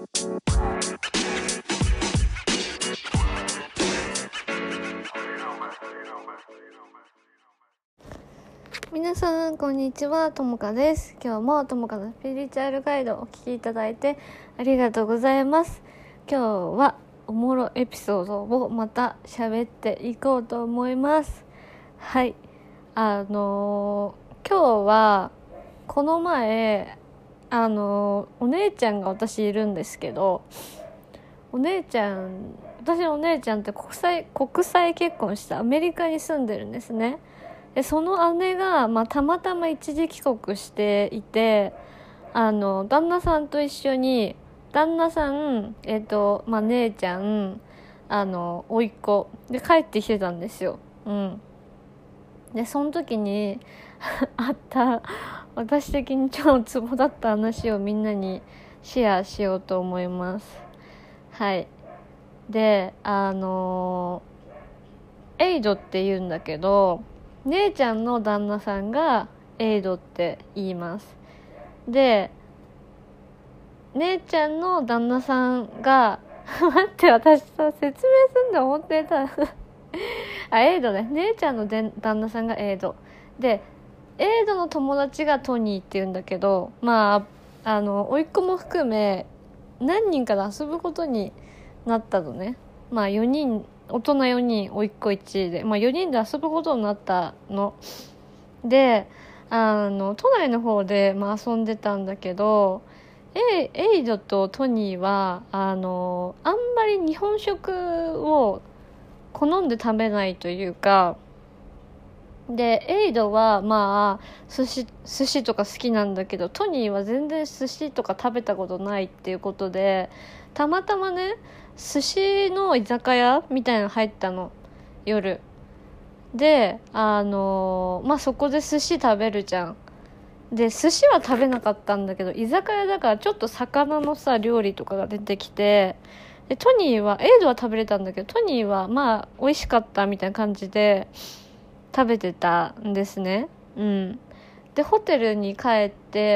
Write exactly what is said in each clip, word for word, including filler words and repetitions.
皆さんこんにちは、ともかです。今日もともかのスピリチュアルガイドをお聞きいただいてありがとうございます。今日はおもろエピソードをまた喋っていこうと思います。はい、あのー、今日はこの前あのー、お姉ちゃんが私いるんですけど、お姉ちゃん私のお姉ちゃんって国際国際結婚してアメリカに住んでるんですね。でその姉が、まあ、たまたま一時帰国していて、あの旦那さんと一緒に旦那さん、えっとまあ、姉ちゃん、あの甥っ子で帰ってきてたんですよ。うん、でその時にあった私的に超ツボだった話をみんなにシェアしようと思います。はい。であのエイドって言うんだけど、姉ちゃんの旦那さんがエイドって言います。で姉ちゃんの旦那さんが待って私さ説明すんだ思ってたあエイドね、姉ちゃんので旦那さんがエイドで、エイドの友達がトニーって言うんだけど、まああの甥っ子も含め何人かで遊ぶことになったのね。まあよにん、大人よにん、甥っ子いちで、まあ、よにんで遊ぶことになったので、あの都内の方で、まあ、遊んでたんだけど、エイ、エイドとトニーはあのあんまり日本食を好んで食べないというか、でエイドはまあ寿司寿司とか好きなんだけど、トニーは全然寿司とか食べたことないっていうことで、たまたまね寿司の居酒屋みたいなの入ったの、夜で、あのー、まあそこで寿司食べるじゃん。で寿司は食べなかったんだけど、居酒屋だからちょっと魚のさ料理とかが出てきて、でトニーはエイドは食べれたんだけど、トニーはまあ美味しかったみたいな感じで食べてたんですね。うん。でホテルに帰って、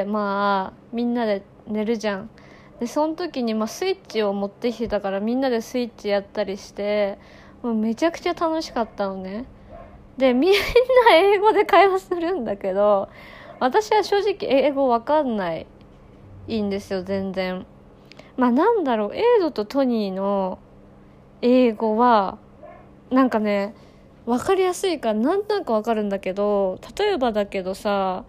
まあみんなで寝るじゃん。でその時に、まあ、スイッチを持ってきてたからみんなでスイッチやったりして、もうめちゃくちゃ楽しかったのね。でみんな英語で会話するんだけど、私は正直英語わかんないいいんですよ全然。まあなんだろう、エイドとトニーの英語はなんかね分かりやすいからなんとなく分かるんだけど、例えばだけどさ、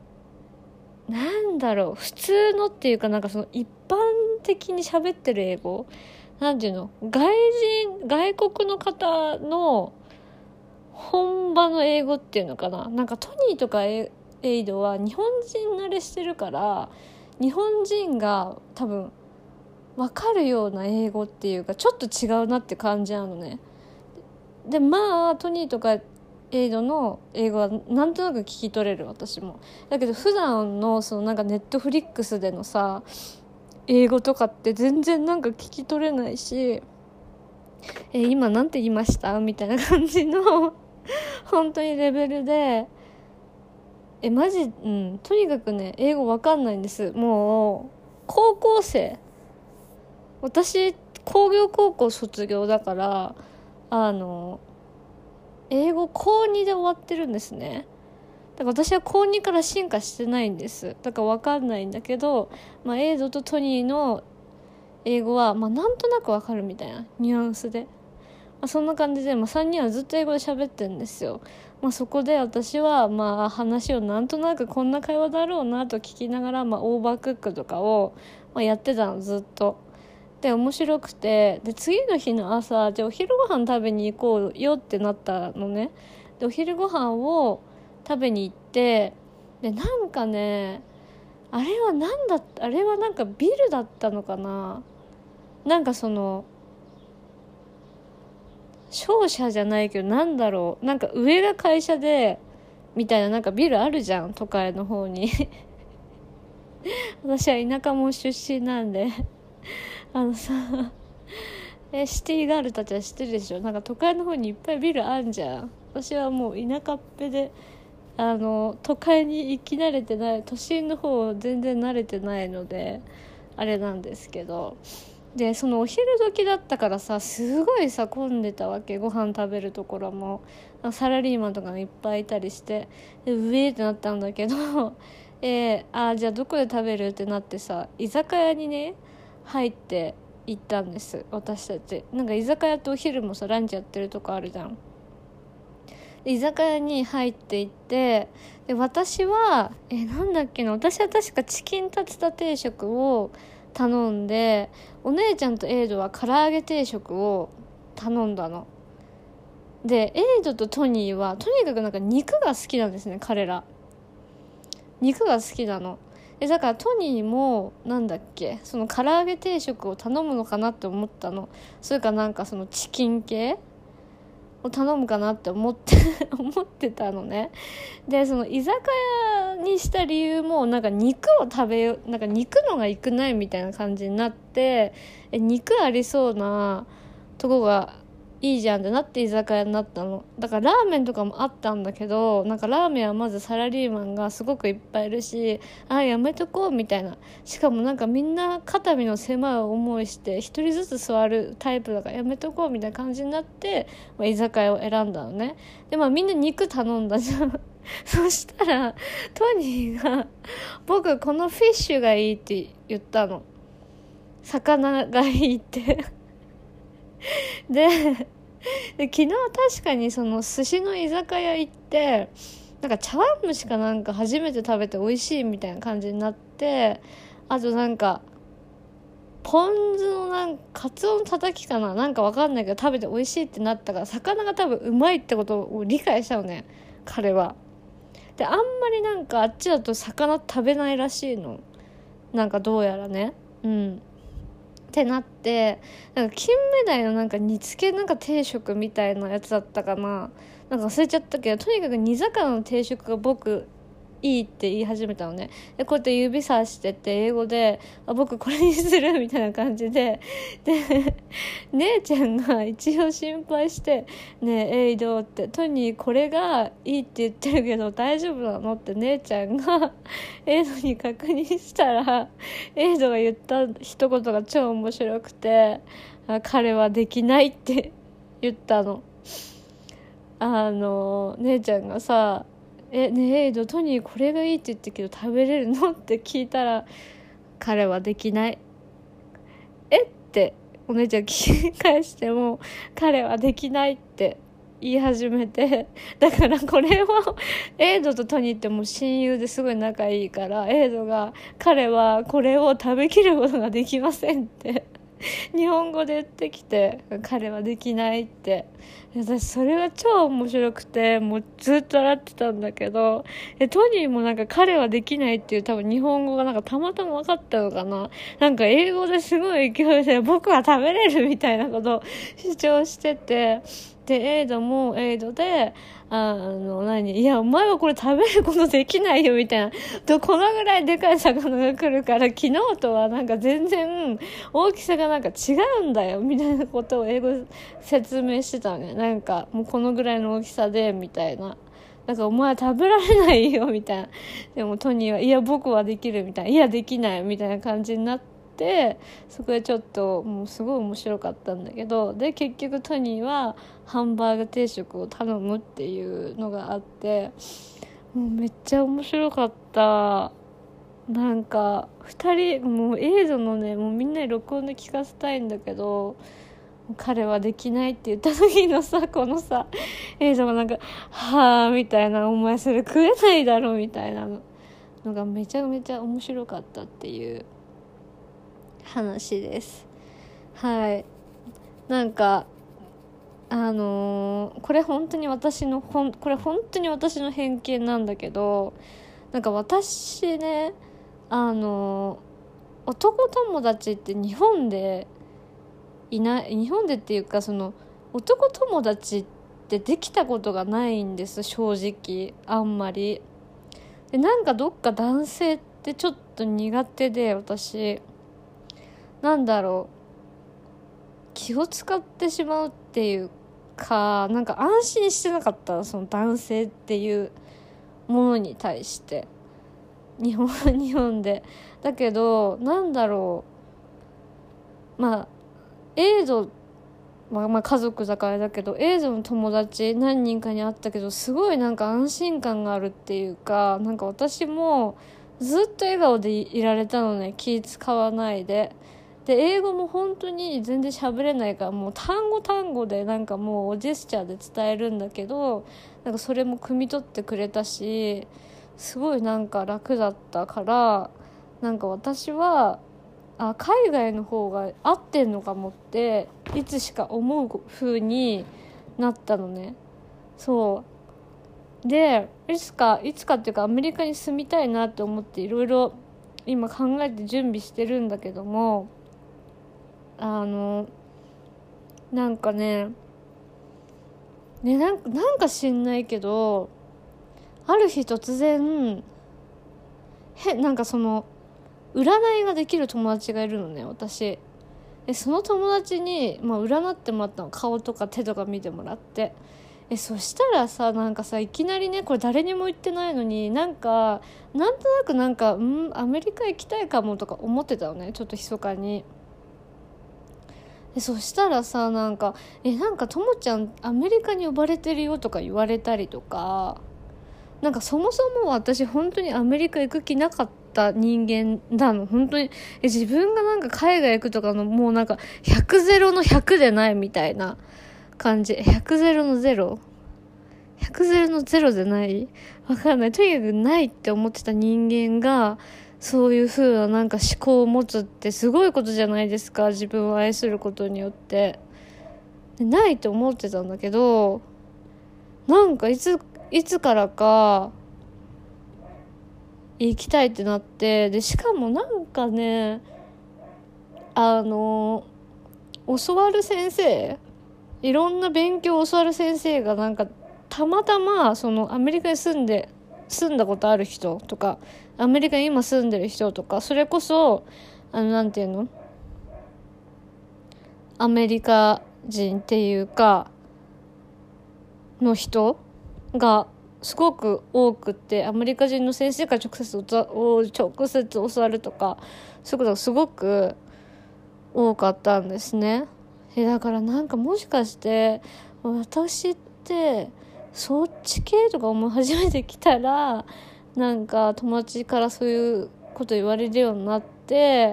なんだろう、普通のっていうか、なんかその一般的に喋ってる英語、なんていうの、外人外国の方の本場の英語っていうのかな。なんかトニーとかエイドは日本人慣れしてるから、日本人が多分分かるような英語っていうかちょっと違うなって感じなのね。でまあトニーとかエイドの英語はなんとなく聞き取れる私も。だけど普段のそのなんかネットフリックスでのさ英語とかって全然なんか聞き取れないし、え今なんて言いましたみたいな感じの本当にレベルで、えマジ、うん、とにかくね英語わかんないんです。もう高校生、私工業高校卒業だから、あの英語高にで終わってるんですね。だから私は高にから進化してないんです。だから分かんないんだけど、まあ、エイドとトニーの英語は、まあ、なんとなく分かるみたいなニュアンスで、まあ、そんな感じで、まあ、さんにんはずっと英語で喋ってるんですよ。まあ、そこで私は、まあ、話をなんとなくこんな会話だろうなと聞きながら、まあ、オーバークックとかを、まあ、やってたのずっと。で面白くて、で次の日の朝、じゃあお昼ご飯食べに行こうよってなったのね。でお昼ご飯を食べに行って、でなんかねあれはなんだったあれはなんかビルだったのかな、なんかその商社じゃないけど、なんだろう、なんか上が会社でみたいな、なんかビルあるじゃん都会の方に私は田舎も出身なんであのさえシティガールたちは知ってるでしょ。なんか都会の方にいっぱいビルあんじゃん。私はもう田舎っぺで、あの都会に行き慣れてない、都心の方全然慣れてないので、 あれなんですけど、でそのお昼時だったからさ、すごいさ混んでたわけ。ご飯食べるところもサラリーマンとかがいっぱいいたりして、でうえーってなったんだけどえー、あじゃあどこで食べるってなってさ、居酒屋にね入って行ったんです、私たち。なんか居酒屋ってお昼もさランチやってるとこあるじゃん。で居酒屋に入って行って、で私はえなんだっけな私は確かチキンタツタ定食を頼んで、お姉ちゃんとエイドは唐揚げ定食を頼んだの。でエイドとトニーはとにかくなんか肉が好きなんですね。彼ら肉が好きなの。でだからトニーもなんだっけその唐揚げ定食を頼むのかなって思ったの。それかなんかそのチキン系を頼むかなって思って思ってたのね。でその居酒屋にした理由もなんか肉を食べよなんか肉のがいくないみたいな感じになって、え肉ありそうなとこがいいじゃんってなって居酒屋になったの。だからラーメンとかもあったんだけど、なんかラーメンはまずサラリーマンがすごくいっぱいいるし、あやめとこうみたいな、しかもなんかみんな肩身の狭い思いして一人ずつ座るタイプだからやめとこうみたいな感じになって、まあ、居酒屋を選んだのね。でまあみんな肉頼んだじゃんそしたらトニーが僕このフィッシュがいいって言ったの。魚がいいってでで昨日確かにその寿司の居酒屋行って、なんか茶碗蒸しかなんか初めて食べて美味しいみたいな感じになって、あとなんかポン酢のなんかカツオのたたきかななんかわかんないけど食べて美味しいってなったから、魚が多分うまいってことを理解したのね彼は。であんまりなんかあっちだと魚食べないらしいの、なんかどうやらね。うんってなって、なんか金目鯛のなんか煮付けなんか定食みたいなやつだったかな、なんか忘れちゃったけど、とにかく煮魚の定食が僕いいって言い始めたのね。でこうやって指さしてて英語であ僕これにするみたいな感じで、で姉ちゃんが一応心配してねえエイドってトニーこれがいいって言ってるけど大丈夫なのって姉ちゃんがエイドに確認したら、エイドが言った一言が超面白くて、あ彼はできないって言ったの。あの姉ちゃんがさえねえエイドトニーこれがいいって言ってるけど食べれるのって聞いたら、彼はできない。えってお姉ちゃん聞き返しても彼はできないって言い始めて、だからこれをエイドとトニーってもう親友ですごい仲いいから、エイドが彼はこれを食べきることができませんって日本語で言ってきて、彼はできないって。私それが超面白くてもうずっと笑ってたんだけど、えトニーもなんか彼はできないっていう多分日本語がなんかたまたま分かったのかな、なんか英語ですごい勢いで僕は食べれるみたいなことを主張してて、でエイドもエイドであの何いやお前はこれ食べることできないよみたいな、とこのぐらいでかい魚が来るから昨日とはなんか全然大きさがなんか違うんだよみたいなことを英語説明してたのね。なんかもうこのぐらいの大きさでみたいな、なんかお前は食べられないよみたいな。でもトニーはいや僕はできるみたいな、いやできないみたいな感じになって、そこでちょっともうすごい面白かったんだけど、で結局トニーはハンバーグ定食を頼むっていうのがあって、もうめっちゃ面白かった。なんかふたりもう映像のねもうみんなに録音で聞かせたいんだけど、彼はできないって言った時のさこのさ映像がなんかはぁみたいな、お前それ食えないだろみたいなのがめちゃめちゃ面白かったっていう話です。はい。なんかあのー、これ本当に私のほんこれ本当に私の偏見なんだけど、なんか私ねあのー、男友達って日本でいない日本でっていうかその男友達ってできたことがないんです正直あんまり。でなんかどっか男性ってちょっと苦手で、私なんだろう気を使ってしまうっていうか、なんか安心してなかった、その男性っていうものに対して。 日本日本で。だけどなんだろう、まあエイド、まあ、まあ家族だからだけどエイドの友達何人かに会ったけど、すごいなんか安心感があるっていうか、なんか私もずっと笑顔でいられたのね、気使わないで。で英語も本当に全然喋れないから、もう単語単語でなんかもうジェスチャーで伝えるんだけど、なんかそれも汲み取ってくれたし、すごいなんか楽だったから、なんか私はあ海外の方が合ってんのかもっていつしか思う風になったのね。そうで、いつかいつかっていうかアメリカに住みたいなって思っていろいろ今考えて準備してるんだけども、あのなんかねねなんかなんか知んないけど、ある日突然へなんかその占いができる友達がいるのね、私。でその友達に、まあ、占ってもらったの、顔とか手とか見てもらって。えそしたらさ、なんかさいきなりね、これ誰にも言ってないのに、なんかなんとなくなんかんアメリカ行きたいかもとか思ってたのね、ちょっと密かに。でそしたらさ、なんかえなんかともちゃんアメリカに呼ばれてるよとか言われたりとか、なんかそもそも私本当にアメリカ行く気なかった人間なの、本当に。え自分がなんか海外行くとかのもうなんかひゃくゼロのひゃくでないみたいな感じ。ひゃくゼロのゼロ ひゃくゼロのゼロでないわかんない、とにかくないって思ってた人間がそういう風ななんか思考を持つってすごいことじゃないですか、自分を愛することによって。でないって思ってたんだけど、なんかいついつからか行きたいってなって、でしかもなんかね、あの教わる先生、いろんな勉強を教わる先生がなんかたまたまそのアメリカに住んで住んだことある人とか、アメリカに今住んでる人とか、それこそあのなんていうの、アメリカ人っていうかの人がすごく多くて、アメリカ人の先生から直接直接教わるとか、そういうことがすごく多かったんですね。えだからなんかもしかして私ってそっち系とか思い始めてきたら、なんか友達からそういうこと言われるようになって、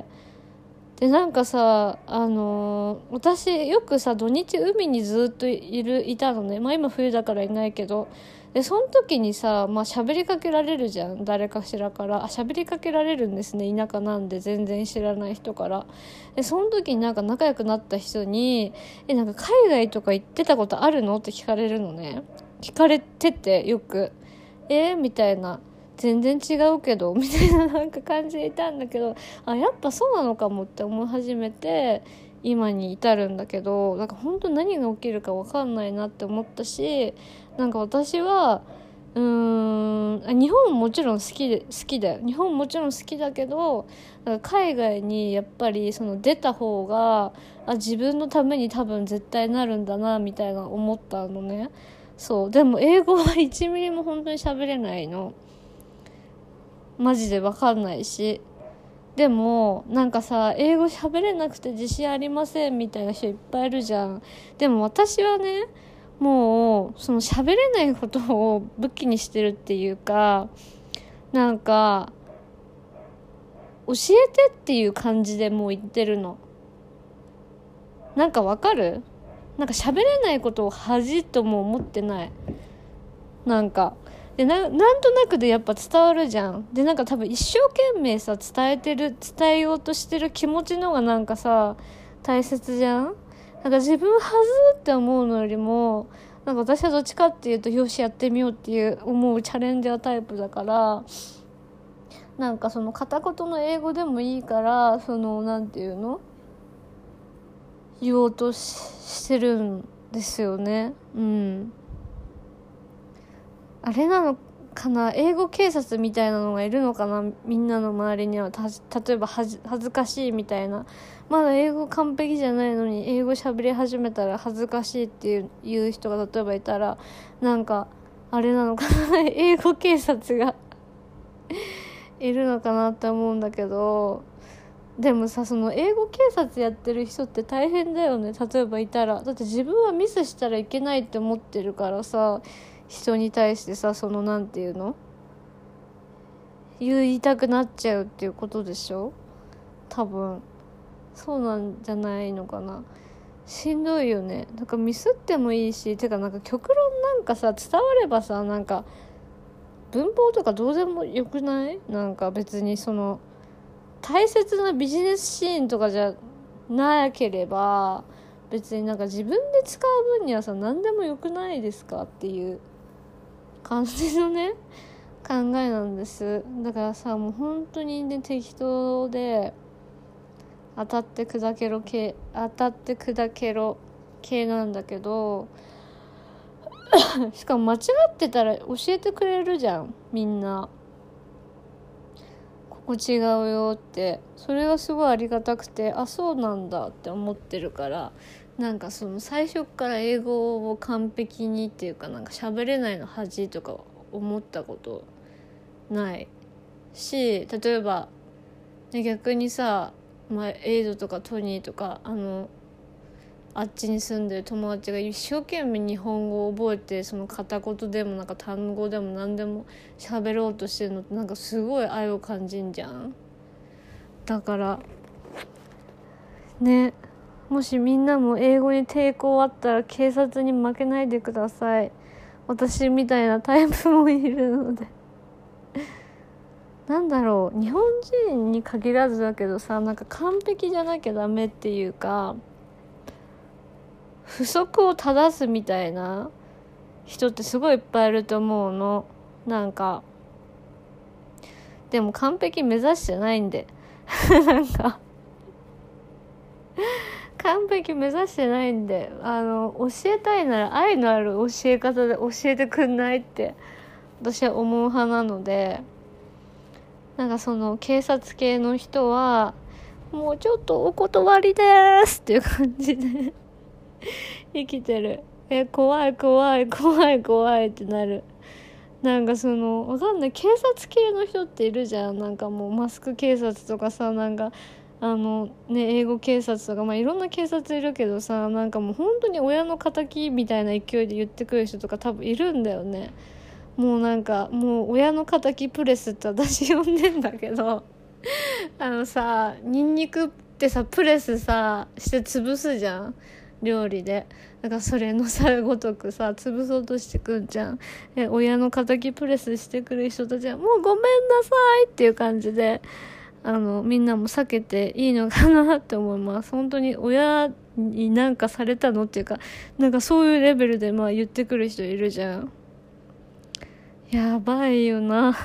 でなんかさ、あのー、私よくさ土日海にずっといるいたのね。まあ今冬だからいないけど、でその時にさ、まあ喋りかけられるじゃん、誰かしらから。あ喋りかけられるんですね、田舎なんで全然知らない人から。でその時になんか仲良くなった人にえなんか海外とか行ってたことあるのって聞かれるのね。聞かれててよくえー、みたいな、全然違うけどみたいななんか感じでいたんだけど、あやっぱそうなのかもって思い始めて今に至るんだけど、なんか本当何が起きるか分かんないなって思ったし、なんか私はうーん日本ももちろん好きで好きだよ日本もちろん好きだけど、なんか海外にやっぱりその出た方があ自分のために多分絶対なるんだなみたいな思ったのね。そうでも英語はいちミリも本当に喋れないの、マジで分かんないし。でもなんかさ英語喋れなくて自信ありませんみたいな人いっぱいいるじゃん。でも私はね、もうその喋れないことを武器にしてるっていうか、なんか教えてっていう感じでもう言ってるの。なんかわかる？なんか喋れないことを恥とも思ってない。なんかで な, なんとなくでやっぱ伝わるじゃん。でなんか多分一生懸命さ伝えてる伝えようとしてる気持ちの方がなんかさ大切じゃん。なんか自分はずって思うのよりも、なんか私はどっちかっていうとよしやってみようっていう思うチャレンジャータイプだから、なんかその片言の英語でもいいから、そのなんていうの言おうと し, してるんですよね。うんあれなのかな、英語警察みたいなのがいるのかな、みんなの周りには。た例えばはじ恥ずかしいみたいな、まだ英語完璧じゃないのに英語喋り始めたら恥ずかしいっていういう人が例えばいたら、なんかあれなのかな英語警察がいるのかなって思うんだけど、でもさ、その英語警察やってる人って大変だよね。例えばいたら、だって自分はミスしたらいけないって思ってるからさ、人に対してさ、そのなんていうの言いたくなっちゃうっていうことでしょ。多分そうなんじゃないのかな。しんどいよね。なんかミスってもいいし、てかなんか極論なんかさ、伝わればさ、なんか文法とかどうでもよくない？なんか別にその大切なビジネスシーンとかじゃなければ、別になんか自分で使う分にはさ、何でもよくないですかっていう感じのね考えなんです。だからさ、もう本当にね、適当で当たって砕けろ系当たって砕けろ系なんだけどしかも間違ってたら教えてくれるじゃん、みんな。ここ違うよって。それがすごいありがたくて、あ、そうなんだって思ってるから、なんかその最初から英語を完璧にっていうか、なんか喋れないの恥とか思ったことないし、例えば、ね、逆にさ、まあ、エイドとかトニーとかあのあっちに住んでる友達が一生懸命日本語を覚えて、その片言でもなんか単語でも何でも喋ろうとしてるのって、なんかすごい愛を感じんじゃん。だからね、もしみんなも英語に抵抗あったら警察に負けないでください。私みたいなタイプもいるのでなんだろう、日本人に限らずだけどさ、なんか完璧じゃなきゃダメっていうか、不足を正すみたいな人ってすごいいっぱいいると思うの。なんかでも完璧目指してないんでなんか完璧目指してないんで、あの教えたいなら愛のある教え方で教えてくんないって私は思う派なので、なんかその警察系の人はもうちょっとお断りですっていう感じで生きてる。え、怖い怖い怖い怖いってなる。なんかそのわかんない、警察系の人っているじゃん。なんかもうマスク警察とかさ、なんかあのね、英語警察とか、まあいろんな警察いるけどさ、なんかもう本当に親の敵みたいな勢いで言ってくる人とか多分いるんだよね。もうなんかもう親の敵プレスって私呼んでんだけどあのさ、ニンニクってさプレスさして潰すじゃん、料理で。だからそれのさごとくさ潰そうとしてくんじゃん。え、親の敵プレスしてくる人たちはもうごめんなさいっていう感じで、あのみんなも避けていいのかなって思います。本当に親になんかされたのっていうか、なんかそういうレベルでまあ言ってくる人いるじゃん。やばいよな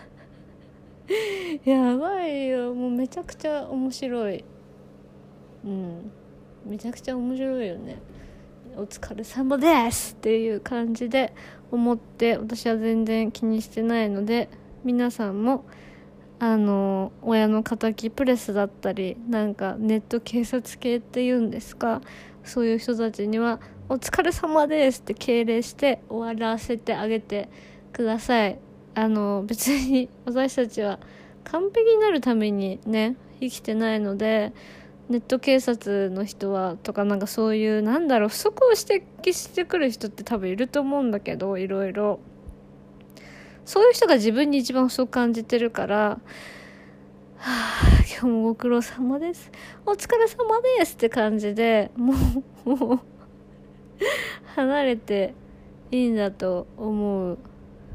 やばいよ、もうめちゃくちゃ面白い。うんめちゃくちゃ面白いよね。お疲れ様ですっていう感じで思って、私は全然気にしてないので、皆さんもあの親の敵プレスだったり、なんかネット警察系っていうんですか、そういう人たちにはお疲れ様ですって敬礼して終わらせてあげてください。あの別に私たちは完璧になるためにね生きてないので、ネット警察の人はとか、なんかそういうなんだろう、不足を指摘してくる人って多分いると思うんだけど、いろいろそういう人が自分に一番不足感じてるから、はあ、今日もご苦労様です、お疲れ様ですって感じでもうもう離れていいんだと思う。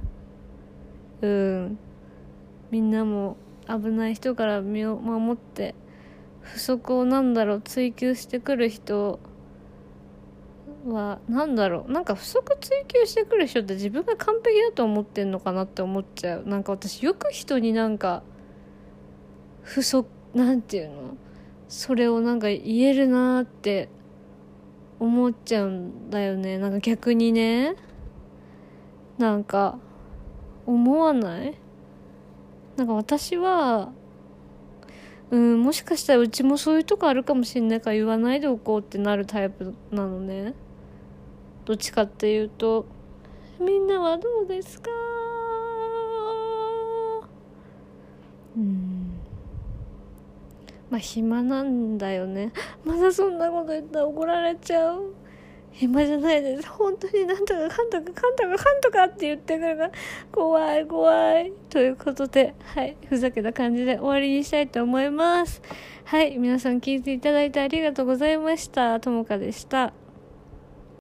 うんみんなも危ない人から身を守って、不足をなんだろう追求してくる人はなんだろう、なんか不足追求してくる人って自分が完璧だと思ってんのかなって思っちゃう。なんか私よく人になんか不足なんていうの、それをなんか言えるなって思っちゃうんだよね。なんか逆にね、なんか思わない？なんか私はうん、もしかしたらうちもそういうとこあるかもしんないから言わないでおこうってなるタイプなのね。どっちかっていうと。みんなはどうですか？ まあ暇なんだよね。まだそんなこと言ったら怒られちゃう。暇じゃないです。本当になんとかかんとかかんとかかんとかって言ってくるから怖い怖い。ということで、はい、ふざけた感じで終わりにしたいと思います。はい、皆さん聞いていただいてありがとうございました。ともかでした。